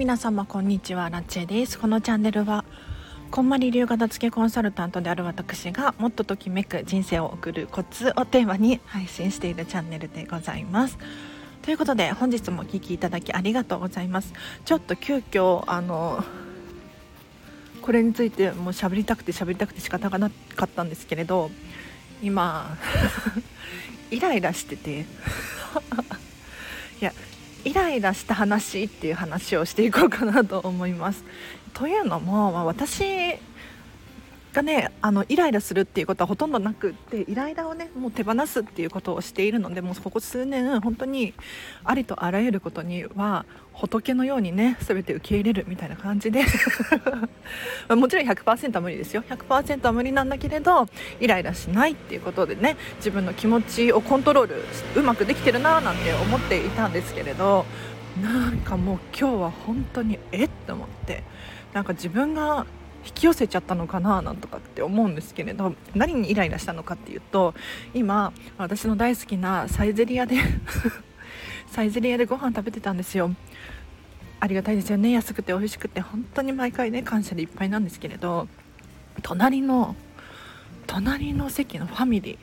皆様こんにちは、ラチェです。このチャンネルはこんまり流片付けコンサルタントである私がもっとときめく人生を送るコツをテーマに配信しているチャンネルでございます。ということで本日もお聞きいただきありがとうございます。ちょっと急遽これについてもう喋りたくて仕方がなかったんですけれど、今イライラしてていやイライラした話っていう話をしていこうかなと思います。というのも、私がねイライラするっていうことはほとんどなくって、イライラをねもう手放すっていうことをしているので、もうここ数年本当にありとあらゆることには仏のようにね全て受け入れるみたいな感じでもちろん 100% は無理ですよ。 100% は無理なんだけれど、イライラしないっていうことでね、自分の気持ちをコントロールうまくできてるななんて思っていたんですけれど、なんかもう今日は本当にって思って、なんか自分が引き寄せちゃったのかななんとかって思うんですけれど、何にイライラしたのかっていうと、今私の大好きなサイゼリヤでサイゼリヤでご飯食べてたんですよ。ありがたいですよね。安くて美味しくて本当に毎回ね感謝でいっぱいなんですけれど、隣の席のファミリー、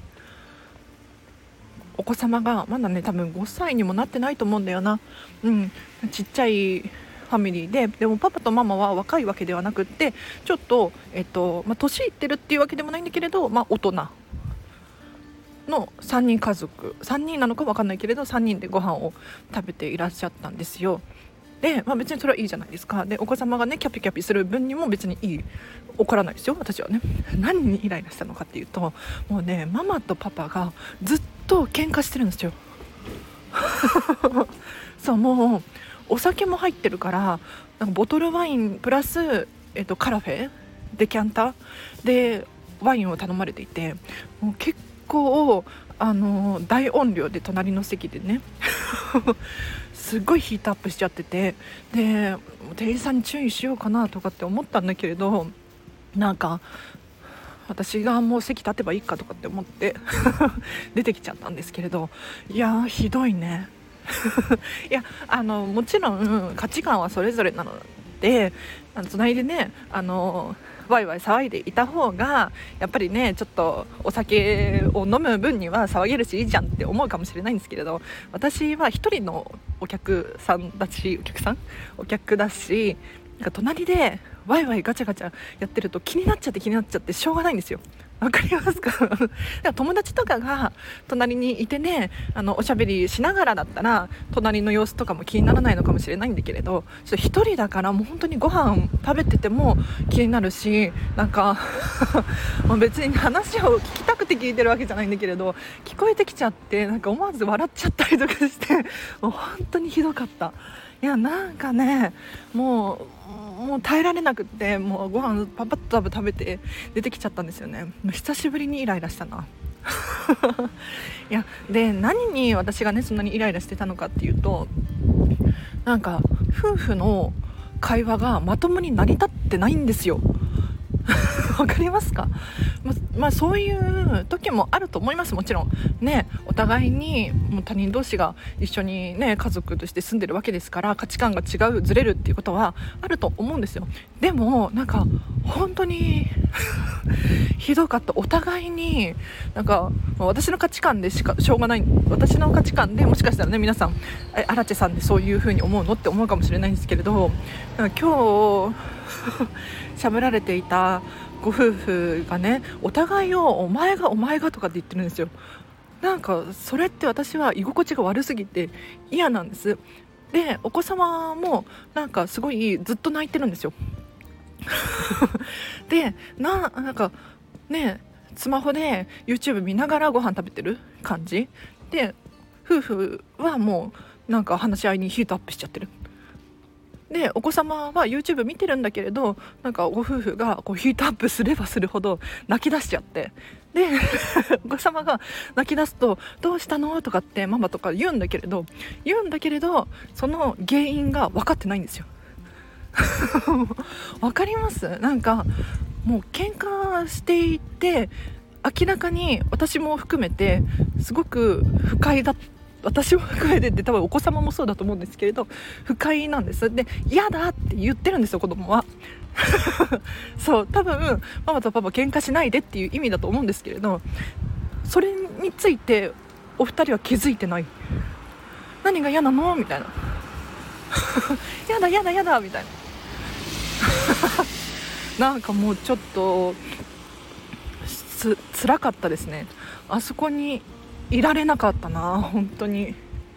お子様がまだね多分5歳にもなってないと思うんだよな。ちっちゃいファミリーでもパパとママは若いわけではなくって、ちょっと年いってるっていうわけでもないんだけれど、大人の3人家族、3人なのか分かんないけれど3人でご飯を食べていらっしゃったんですよ。で、別にそれはいいじゃないですか。でお子様がねキャピキャピする分にも別にいい、怒らないですよ私はね。何にイライラしたのかっていうと、もうねママとパパがずっと喧嘩してるんですよそう、もうお酒も入ってるから、なんかボトルワインプラス、カラフェデキャンタでワインを頼まれていて、もう結構大音量で隣の席でねすごいヒートアップしちゃってて、で店員さんに注意しようかなとかって思ったんだけれど、なんか私がもう席立てばいいかとかって思って出てきちゃったんですけれど、いやひどいねいやもちろん価値観はそれぞれなので、隣でねワイワイ騒いでいた方がやっぱりねちょっとお酒を飲む分には騒げるしいいじゃんって思うかもしれないんですけれど、私は一人のお客だし、なんか隣でワイワイガチャガチャやってると気になっちゃってしょうがないんですよ。わかりますかだから友達とかが隣にいてねおしゃべりしながらだったら隣の様子とかも気にならないのかもしれないんだけれど、一人だからもう本当にご飯食べてても気になるし、なんかもう別に話を聞きたくて聞いてるわけじゃないんだけれど、聞こえてきちゃって、なんか思わず笑っちゃったりとかしてもう本当にひどかった。いやなんかねもう耐えられなくって、もうご飯パパッと食べて出てきちゃったんですよね。もう久しぶりにイライラしたないやで、何に私がねそんなにイライラしてたのかっていうと、なんか夫婦の会話がまともに成り立ってないんですよわかりますか？そういう時もあると思います。もちろんね、お互いにもう他人同士が一緒にね家族として住んでるわけですから、価値観がずれるっていうことはあると思うんですよ。でもなんか本当にひどかった。お互いになんか私の価値観でしょうがない、私の価値観でもしかしたらね皆さんアラチェさんでそういう風に思うのって思うかもしれないんですけれど、今日喋られていたご夫婦がね、お互いをお前がとかって言ってるんですよ。なんかそれって私は居心地が悪すぎて嫌なんです。でお子様もなんかすごいずっと泣いてるんですよでなんかねスマホで YouTube 見ながらご飯食べてる感じで、夫婦はもうなんか話し合いにヒートアップしちゃってる。でお子様は YouTube 見てるんだけれど、なんかご夫婦がこうヒートアップすればするほど泣き出しちゃって、でお子様が泣き出すとどうしたのとかってママとか言うんだけれどその原因が分かってないんですよわかります？なんかもう喧嘩していて明らかに私も含めてすごく不快だっ私も含めてで多分お子様もそうだと思うんですけれど、不快なんです。で嫌だって言ってるんですよ、子供はそう多分ママとパパ喧嘩しないでっていう意味だと思うんですけれど、それについてお二人は気づいてない。何が嫌なのみたいなやだやだやだみたいななんかもうちょっと辛かったですね。あそこにいられなかったな本当に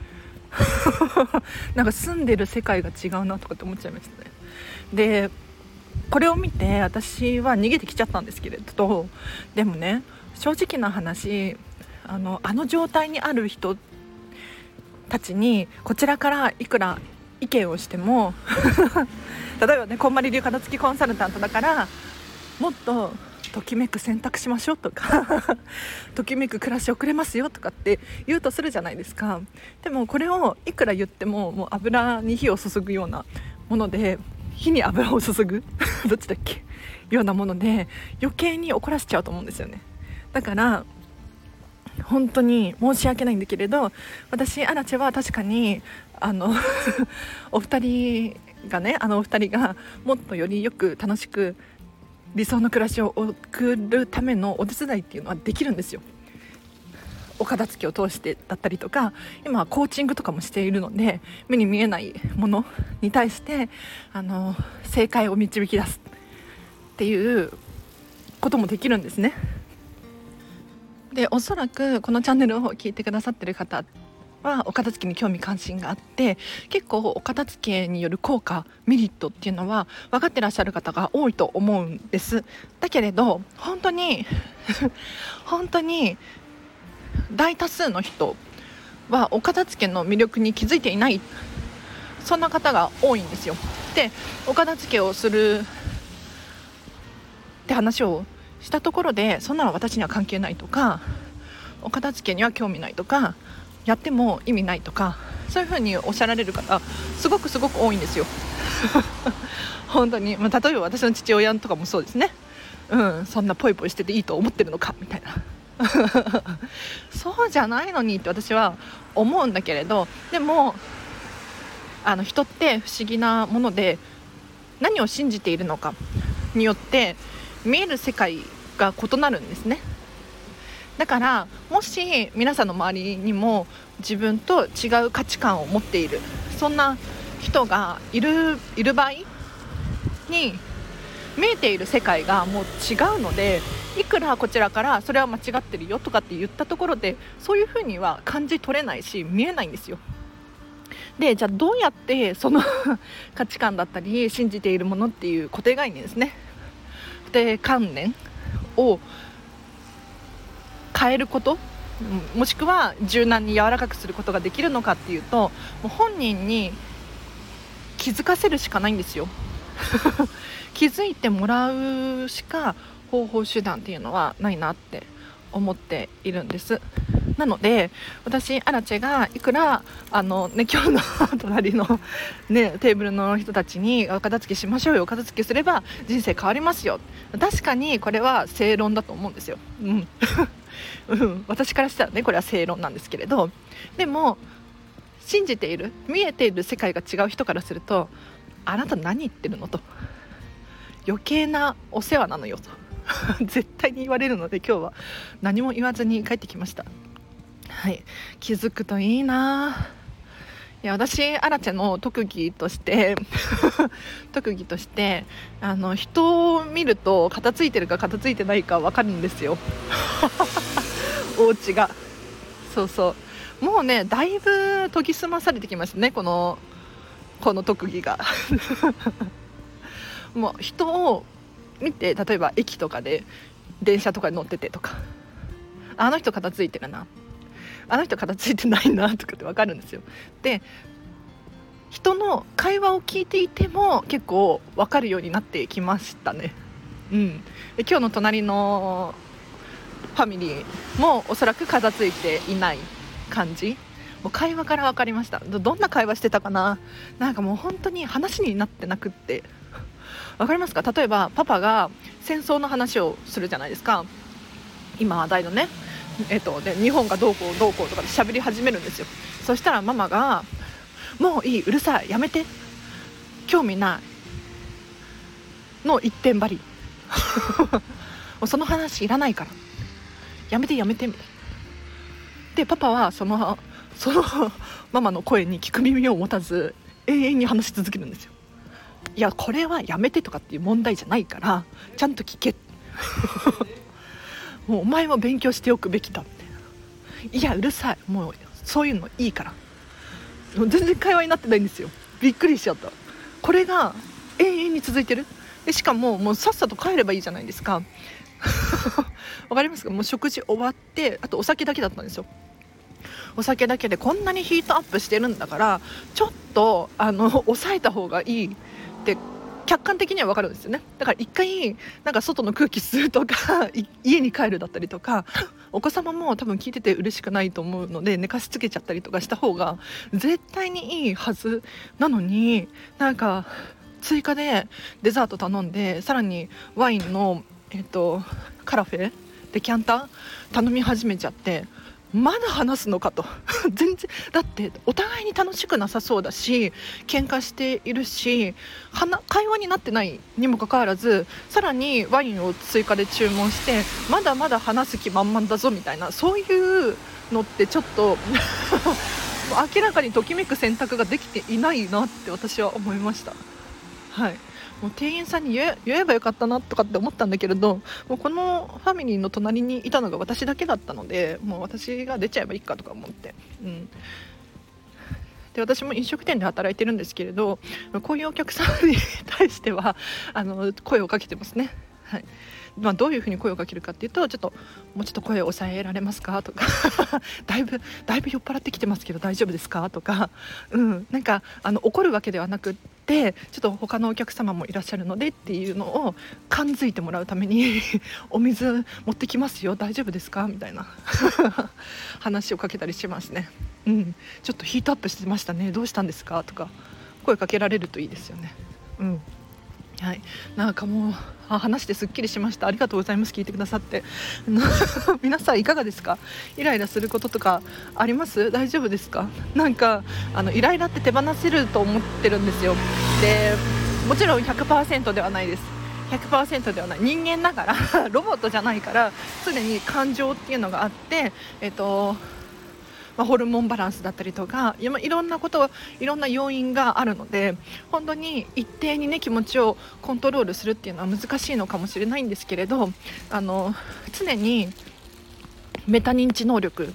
なんか住んでる世界が違うなとかって思っちゃいましたね。でこれを見て私は逃げてきちゃったんですけれど、でもね、正直な話、あの状態にある人たちにこちらからいくら意見をしても例えばね、こんまり流片付きコンサルタントだからもっとときめく選択しましょうとかときめく暮らし送れますよとかって言うとするじゃないですか。でもこれをいくら言っても、もう油に火を注ぐようなもので、火に油を注ぐどっちだっけようなもので余計に怒らせちゃうと思うんですよね。だから本当に申し訳ないんだけれど、私アラチェは確かにお二人がね、お二人がもっとよりよく楽しく理想の暮らしを送るためのお手伝いっていうのはできるんですよ。お片付けを通してだったりとか、今はコーチングとかもしているので、目に見えないものに対して正解を導き出すっていうこともできるんですね。でおそらくこのチャンネルを聞いてくださってる方はお片付けに興味関心があって、結構お片付けによる効果メリットっていうのは分かってらっしゃる方が多いと思うんです。だけれど本当に本当に大多数の人はお片付けの魅力に気づいていない、そんな方が多いんですよ。でお片付けをするって話をしたところで、そんなの私には関係ないとか、お片付けには興味ないとか、やっても意味ないとか、そういうふうにおっしゃられる方すごく多いんですよ本当に、例えば私の父親とかもそうですね。そんなポイポイしてていいと思ってるのかみたいなそうじゃないのにって私は思うんだけれど、でも人って不思議なもので、何を信じているのかによって見える世界が異なるんですね。だからもし皆さんの周りにも自分と違う価値観を持っている、そんな人がいる場合に、見えている世界がもう違うので、いくらこちらからそれは間違ってるよとかって言ったところで、そういうふうには感じ取れないし見えないんですよ。でじゃあどうやってその価値観だったり信じているものっていう固定概念ですね、固定観念を変えること、もしくは柔軟に柔らかくすることができるのかっていうと、もう本人に気づかせるしかないんですよ気づいてもらうしか方法手段っていうのはないなって思っているんです。なので私アラチェがいくら今日の隣の、テーブルの人たちにお片付けしましょうよ、お片付けすれば人生変わりますよ、確かにこれは正論だと思うんですよ、私からしたらねこれは正論なんですけれど、でも信じている見えている世界が違う人からすると、あなた何言ってるのと、余計なお世話なのよと絶対に言われるので、今日は何も言わずに帰ってきました。はい、気づくといいな。いや私アラチェの特技として人を見ると片付いてるか片付いてないか分かるんですよお家がそうもうねだいぶ研ぎ澄まされてきましたね、この特技がもう人を見て、例えば駅とかで電車とかに乗っててとか、あの人片付いてるな、あの人片付いてないなとかって分かるんですよ。で人の会話を聞いていても結構分かるようになってきましたね。で今日の隣のファミリーもおそらく片付いていない感じ、もう会話から分かりました。どんな会話してたかな、なんかもう本当に話になってなくって、分かりますか？例えばパパが戦争の話をするじゃないですか、今話題のねで日本がどうこうどうこうとかで喋り始めるんですよ。そしたらママがもういい、うるさい、やめて、興味ないの一点張りもうその話いらないからやめてやめてみたいな。でパパはそのママの声に聞く耳を持たず永遠に話し続けるんですよ。いやこれはやめてとかっていう問題じゃないからちゃんと聞けもうお前も勉強しておくべきだって。いやうるさい、もうそういうのいいから。もう全然会話になってないんですよ。びっくりしちゃった。これが永遠に続いてる。でしかももうさっさと帰ればいいじゃないですかわかりますか。もう食事終わってあとお酒だけだったんですよ。お酒だけでこんなにヒートアップしてるんだからちょっと抑えた方がいいって客観的には分かるんですよね。だから一回なんか外の空気吸うとか家に帰るだったりとか、お子様も多分聞いてて嬉しくないと思うので寝かしつけちゃったりとかした方が絶対にいいはずなのに、なんか追加でデザート頼んでさらにワインの、カラフェデキャンター頼み始めちゃって、まだ話すのかと全然だってお互いに楽しくなさそうだし喧嘩しているし会話になってないにもかかわらずさらにワインを追加で注文してまだまだ話す気満々だぞみたいな、そういうのってちょっと明らかにときめく選択ができていないなって私は思いました。はい、もう店員さんに言えばよかったなとかって思ったんだけれど、もうこのファミリーの隣にいたのが私だけだったのでもう私が出ちゃえばいいかとか思って、で私も飲食店で働いてるんですけれど、こういうお客さんに対しては声をかけてますね。はい、どういうふうに声をかけるかっていうと、ちょっともうちょっと声を抑えられますかとかだいぶ酔っ払ってきてますけど大丈夫ですかとか、なんか怒るわけではなくってちょっと他のお客様もいらっしゃるのでっていうのを感づいてもらうためにお水持ってきますよ大丈夫ですかみたいな話をかけたりしますね。ちょっとヒートアップしてましたね、どうしたんですかとか声かけられるといいですよね。はい、なんかもう話してすっきりしました。ありがとうございます。聞いてくださって皆さんいかがですか。イライラすることとかあります？大丈夫ですか？なんかイライラって手放せると思ってるんですよ。でもちろん 100% ではないです。100% ではない、人間ながらロボットじゃないから常に感情っていうのがあってホルモンバランスだったりとかいろんなこといろんな要因があるので本当に一定にね気持ちをコントロールするっていうのは難しいのかもしれないんですけれど常にメタ認知能力、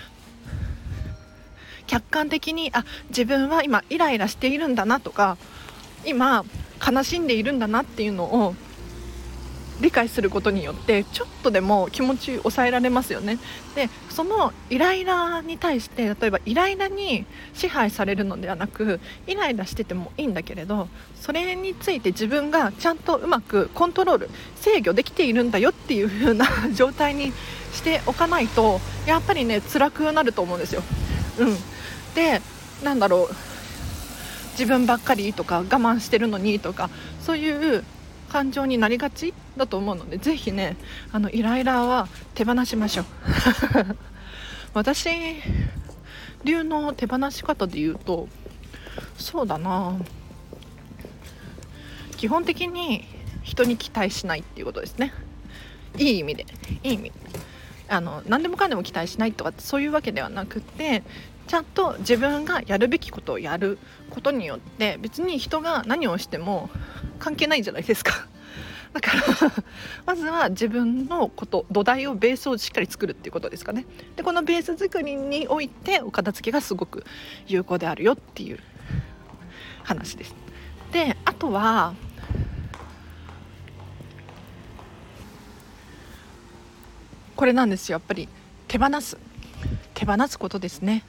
客観的に自分は今イライラしているんだなとか今悲しんでいるんだなっていうのを理解することによってちょっとでも気持ち抑えられますよね。でそのイライラに対して例えばイライラに支配されるのではなくイライラしててもいいんだけれどそれについて自分がちゃんとうまくコントロール制御できているんだよっていう風な状態にしておかないとやっぱりね辛くなると思うんですよ。でなんだろう、自分ばっかりとか我慢してるのにとかそういう感情になりがちだと思うのでぜひねイライラは手放しましょう私流の手放し方で言うとそうだな、基本的に人に期待しないっていうことですね。いい意味で何でもかんでも期待しないとかそういうわけではなくてちゃんと自分がやるべきことをやることによって別に人が何をしても関係ないじゃないですか。だからまずは自分のこと土台をベースをしっかり作るっていうことですかね。でこのベース作りにおいてお片付けがすごく有効であるよっていう話です。であとはこれなんですよ、やっぱり手放すことですね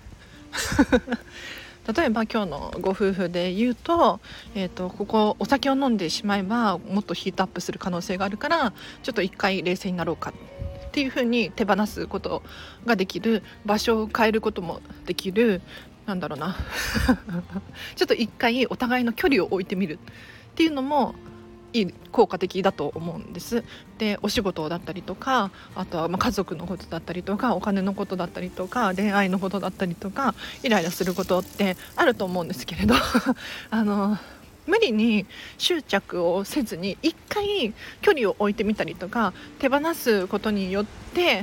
例えば今日のご夫婦で言うと、ここお酒を飲んでしまえばもっとヒートアップする可能性があるからちょっと一回冷静になろうかっていう風に手放すことができる、場所を変えることもできる、なんだろうなちょっと一回お互いの距離を置いてみるっていうのも効果的だと思うんです。でお仕事だったりとか、あとは家族のことだったりとか、お金のことだったりとか、恋愛のことだったりとか、イライラすることってあると思うんですけれど無理に執着をせずに一回距離を置いてみたりとか、手放すことによって、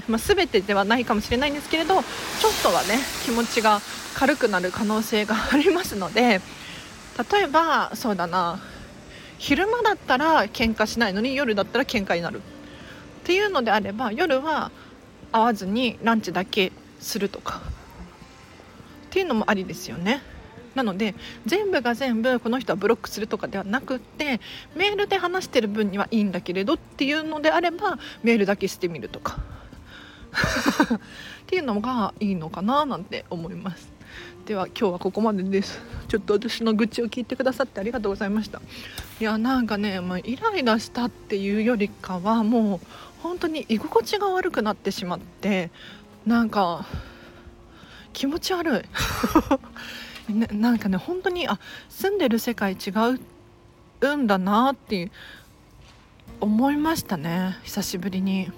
全てではないかもしれないんですけれど、ちょっとはね気持ちが軽くなる可能性がありますので、例えばそうだな、昼間だったら喧嘩しないのに夜だったら喧嘩になるっていうのであれば、夜は会わずにランチだけするとかっていうのもありですよね。なので全部が全部この人はブロックするとかではなくって、メールで話してる分にはいいんだけれどっていうのであればメールだけしてみるとかっていうのがいいのかななんて思います。では今日はここまでです。ちょっと私の愚痴を聞いてくださってありがとうございました。いやなんかね、イライラしたっていうよりかはもう本当に居心地が悪くなってしまって、なんか気持ち悪いなんかね本当に住んでる世界違うんだなって思いましたね、久しぶりに。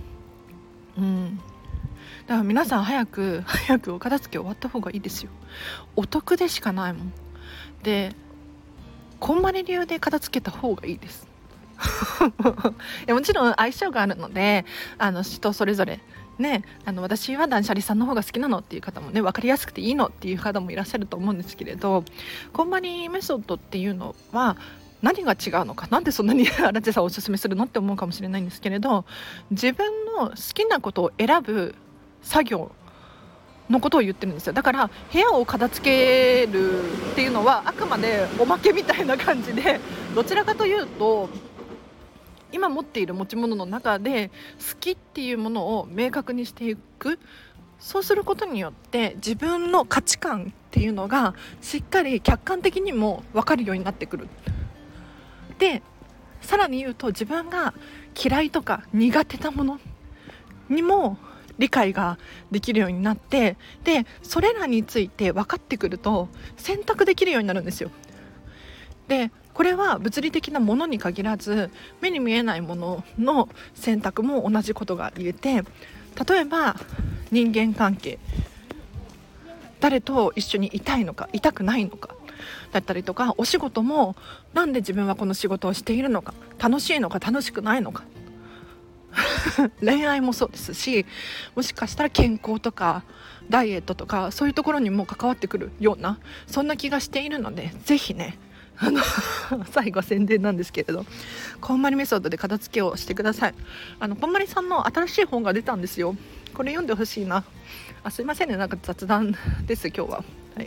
だから皆さん早くお片付け終わった方がいいですよ。お得でしかないもん。でこんまり流で片付けた方がいいですもちろん相性があるので人それぞれね、私は断捨離さんの方が好きなのっていう方もね、分かりやすくていいのっていう方もいらっしゃると思うんですけれど、こんまりメソッドっていうのは何が違うのか、なんでそんなに荒地さんおすすめするのって思うかもしれないんですけれど、自分の好きなことを選ぶ作業のことを言ってるんですよ。だから部屋を片付けるっていうのはあくまでおまけみたいな感じで、どちらかというと今持っている持ち物の中で好きっていうものを明確にしていく。そうすることによって自分の価値観っていうのがしっかり客観的にも分かるようになってくる。でさらに言うと、自分が嫌いとか苦手なものにも理解ができるようになって、でそれらについて分かってくると選択できるようになるんですよ。でこれは物理的なものに限らず、目に見えないものの選択も同じことが言えて、例えば人間関係、誰と一緒にいたいのかいたくないのかだったりとか、お仕事もなんで自分はこの仕事をしているのか、楽しいのか楽しくないのか恋愛もそうですし、もしかしたら健康とかダイエットとかそういうところにも関わってくるような、そんな気がしているので、ぜひね最後宣伝なんですけれど、こんまりメソッドで片付けをしてください。こんまりさんの新しい本が出たんですよ。これ読んでほしいな。すいませんね、なんか雑談です今日は、はい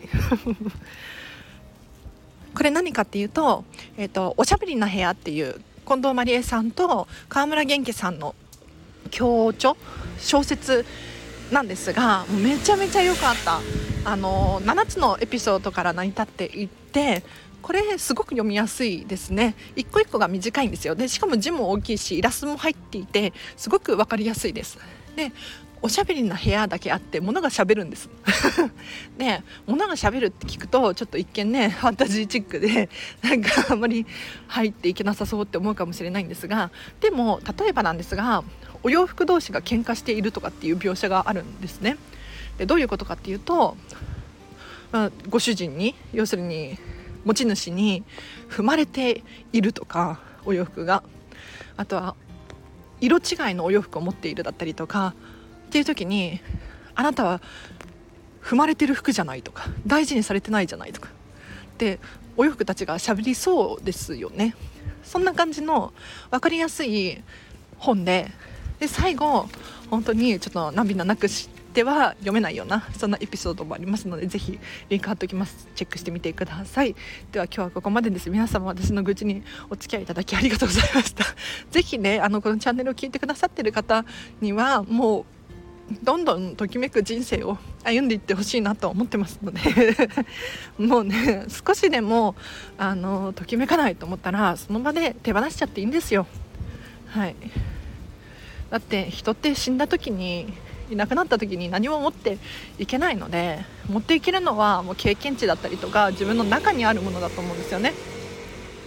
これ何かっていうと、おしゃべりな部屋っていう近藤まりえさんと川村元気さんの共著小説なんですが、めちゃめちゃ良かった。7つのエピソードから成り立っていて、これすごく読みやすいですね。一個一個が短いんですよ。でしかも字も大きいしイラストも入っていてすごく分かりやすいです。でおしゃべりな部屋だけあって物がしゃべるんですで物がしゃべるって聞くとちょっと一見ねファンタジーチックでなんかあんまり入っていけなさそうって思うかもしれないんですが、でも例えばなんですが、お洋服同士が喧嘩しているとかっていう描写があるんですね。でどういうことかっていうと、ご主人に、要するに持ち主に踏まれているとか、お洋服が、あとは色違いのお洋服を持っているだったりとかっていう時に、あなたは踏まれてる服じゃないとか、大事にされてないじゃないとかでお洋服たちが喋りそうですよね。そんな感じの分かりやすい本で、最後本当にちょっと涙なくしては読めないようなそんなエピソードもありますので、ぜひリンク貼っておきます。チェックしてみてください。では今日はここまでです。皆様私の愚痴にお付き合いいただきありがとうございました。ぜひねこのチャンネルを聞いてくださっている方にはもうどんどんときめく人生を歩んでいってほしいなと思ってますのでもうね少しでもときめかないと思ったらその場で手放しちゃっていいんですよ。はい。だって人って死んだ時に、いなくなった時に何も持っていけないので、持っていけるのはもう経験値だったりとか自分の中にあるものだと思うんですよね。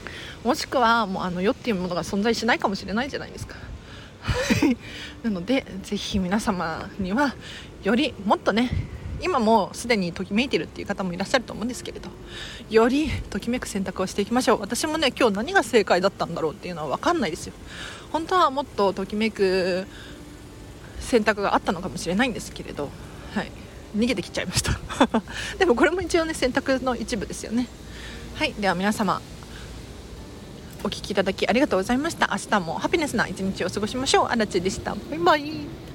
もしくはもう世っていうものが存在しないかもしれないじゃないですかなのでぜひ皆様にはよりもっとね、今もうすでにときめいているっていう方もいらっしゃると思うんですけれど、よりときめく選択をしていきましょう。私もね、今日何が正解だったんだろうっていうのは分かんないですよ。本当はもっとときめく選択があったのかもしれないんですけれど、はい、逃げてきちゃいましたでもこれも一応ね、選択の一部ですよね。はい、では皆様お聞きいただきありがとうございました。明日もハピネスな一日を過ごしましょう。あらちでした。バイバイ。